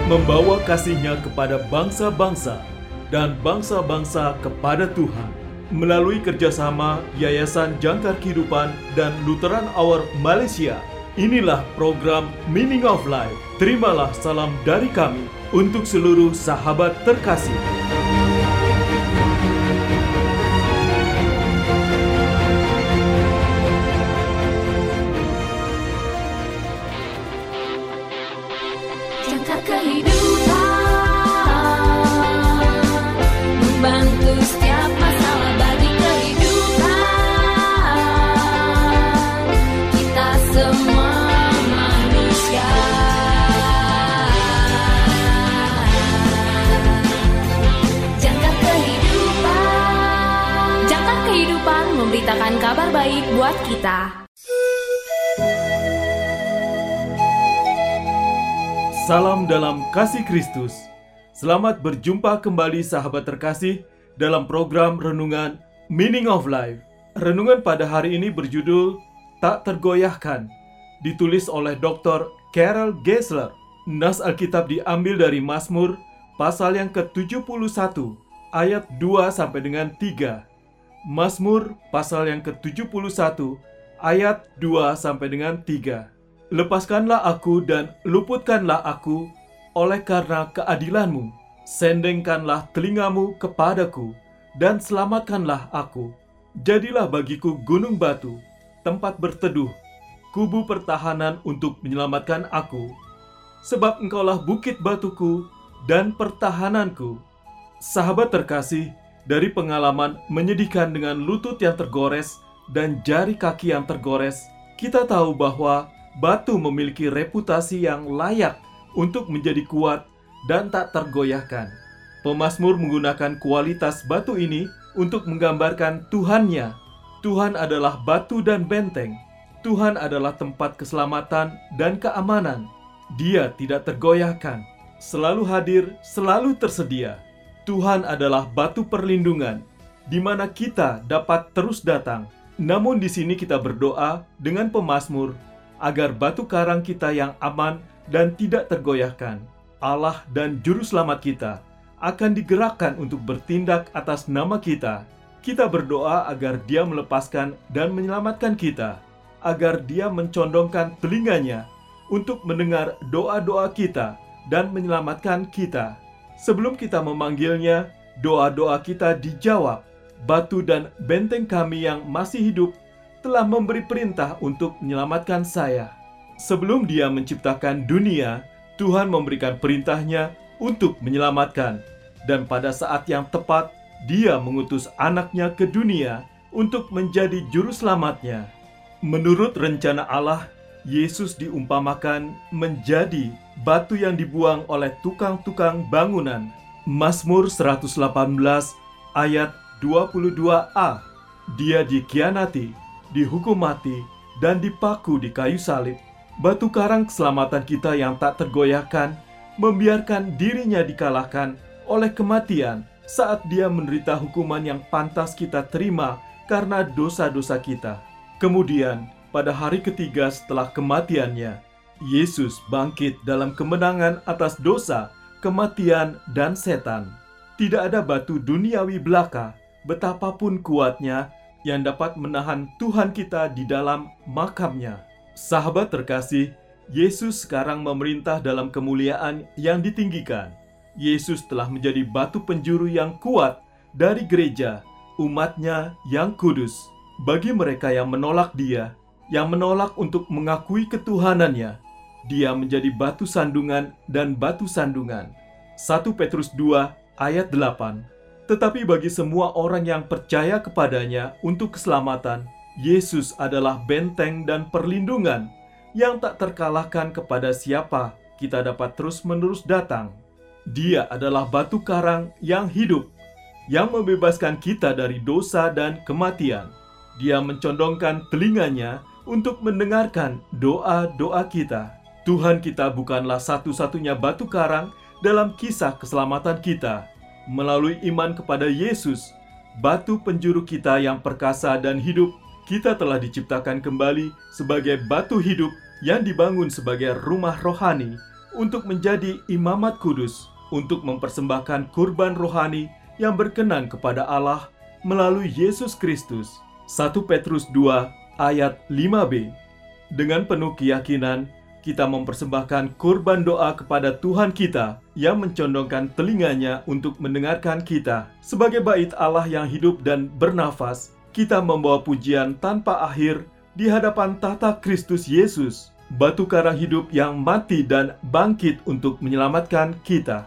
membawa kasih-Nya kepada bangsa-bangsa dan bangsa-bangsa kepada Tuhan. Melalui kerjasama Yayasan Jangkar Kehidupan dan Lutheran Hour Malaysia, inilah program Meaning of Life. Terimalah salam dari kami untuk seluruh sahabat terkasih. Jangkar kehidupan, membantu setiap masalah bagi kehidupan kita semua manusia. Jangkar kehidupan memberitakan kabar baik buat kita. Salam dalam kasih Kristus. Selamat berjumpa kembali sahabat terkasih dalam program Renungan Meaning of Life. Renungan pada hari ini berjudul Tak Tergoyahkan, ditulis oleh Dr. Carol Gessler. Nas Alkitab diambil dari Mazmur pasal yang ke-71 ayat 2 sampai dengan 3. Mazmur pasal yang ke-71 ayat 2 sampai dengan 3. Lepaskanlah aku dan luputkanlah aku oleh karena keadilan-Mu. Sendengkanlah telingamu kepadaku dan selamatkanlah aku. Jadilah bagiku gunung batu, tempat berteduh, kubu pertahanan untuk menyelamatkan aku. Sebab Engkaulah bukit batuku dan pertahananku. Sahabat terkasih, dari pengalaman menyedihkan dengan lutut yang tergores dan jari kaki yang tergores, kita tahu bahwa batu memiliki reputasi yang layak untuk menjadi kuat dan tak tergoyahkan. Pemazmur menggunakan kualitas batu ini untuk menggambarkan Tuhan-Nya. Tuhan adalah batu dan benteng. Tuhan adalah tempat keselamatan dan keamanan. Dia tidak tergoyahkan, selalu hadir, selalu tersedia. Tuhan adalah batu perlindungan, di mana kita dapat terus datang. Namun di sini kita berdoa dengan pemazmur agar batu karang kita yang aman dan tidak tergoyahkan, Allah dan Juru Selamat kita, akan digerakkan untuk bertindak atas nama kita. Kita berdoa agar Dia melepaskan dan menyelamatkan kita, agar Dia mencondongkan telinganya untuk mendengar doa-doa kita dan menyelamatkan kita. Sebelum kita memanggilnya, doa-doa kita dijawab. Batu dan benteng kami yang masih hidup telah memberi perintah untuk menyelamatkan saya. Sebelum Dia menciptakan dunia, Tuhan memberikan perintahnya untuk menyelamatkan. Dan pada saat yang tepat, Dia mengutus anaknya ke dunia untuk menjadi juru selamatnya. Menurut rencana Allah, Yesus diumpamakan menjadi batu yang dibuang oleh tukang-tukang bangunan. Mazmur 118 ayat 22a. Dia dikhianati, dihukum mati, dan dipaku di kayu salib. Batu karang keselamatan kita yang tak tergoyahkan membiarkan dirinya dikalahkan oleh kematian saat Dia menderita hukuman yang pantas kita terima karena dosa-dosa kita. Kemudian, pada hari ketiga setelah kematiannya, Yesus bangkit dalam kemenangan atas dosa, kematian, dan setan. Tidak ada batu duniawi belaka, betapapun kuatnya, yang dapat menahan Tuhan kita di dalam makamnya. Sahabat terkasih, Yesus sekarang memerintah dalam kemuliaan yang ditinggikan. Yesus telah menjadi batu penjuru yang kuat dari gereja, umat-Nya yang kudus. Bagi mereka yang menolak Dia, yang menolak untuk mengakui ketuhanan-Nya, Dia menjadi batu sandungan dan batu sandungan. 1 Petrus 2 ayat 8. Tetapi bagi semua orang yang percaya kepadanya untuk keselamatan, Yesus adalah benteng dan perlindungan yang tak terkalahkan kepada siapa kita dapat terus-menerus datang. Dia adalah batu karang yang hidup, yang membebaskan kita dari dosa dan kematian. Dia mencondongkan telinganya untuk mendengarkan doa-doa kita. Tuhan kita bukanlah satu-satunya batu karang dalam kisah keselamatan kita. Melalui iman kepada Yesus, batu penjuru kita yang perkasa dan hidup, kita telah diciptakan kembali sebagai batu hidup yang dibangun sebagai rumah rohani untuk menjadi imamat kudus, untuk mempersembahkan kurban rohani yang berkenan kepada Allah melalui Yesus Kristus. 1 Petrus 2 ayat 5b. Dengan penuh keyakinan, kita mempersembahkan kurban doa kepada Tuhan kita yang mencondongkan telinganya untuk mendengarkan kita. Sebagai bait Allah yang hidup dan bernafas, kita membawa pujian tanpa akhir di hadapan tahta Kristus Yesus, batu karang hidup yang mati dan bangkit untuk menyelamatkan kita.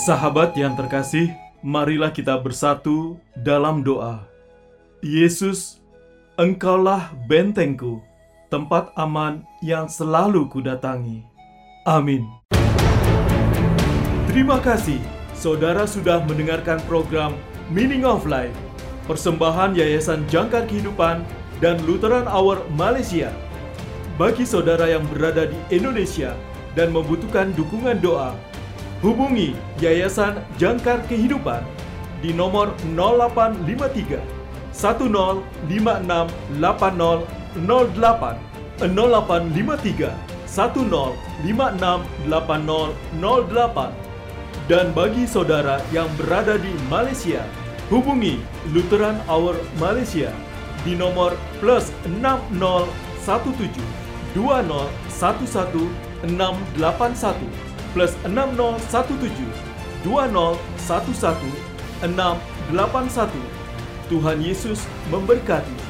Sahabat yang terkasih, marilah kita bersatu dalam doa. Yesus, Engkaulah bentengku, tempat aman yang selalu kudatangi. Amin. Terima kasih, saudara sudah mendengarkan program Meaning of Life, persembahan Yayasan Jangkar Kehidupan dan Lutheran Hour Malaysia. Bagi saudara yang berada di Indonesia dan membutuhkan dukungan doa, hubungi Yayasan Jangkar Kehidupan di nomor 0853 1056 8008 0853 1056 8008. Dan bagi saudara yang berada di Malaysia, hubungi Lutheran Hour Malaysia di nomor +6017 2011 681 +6017 2011 681. Tuhan Yesus memberkati.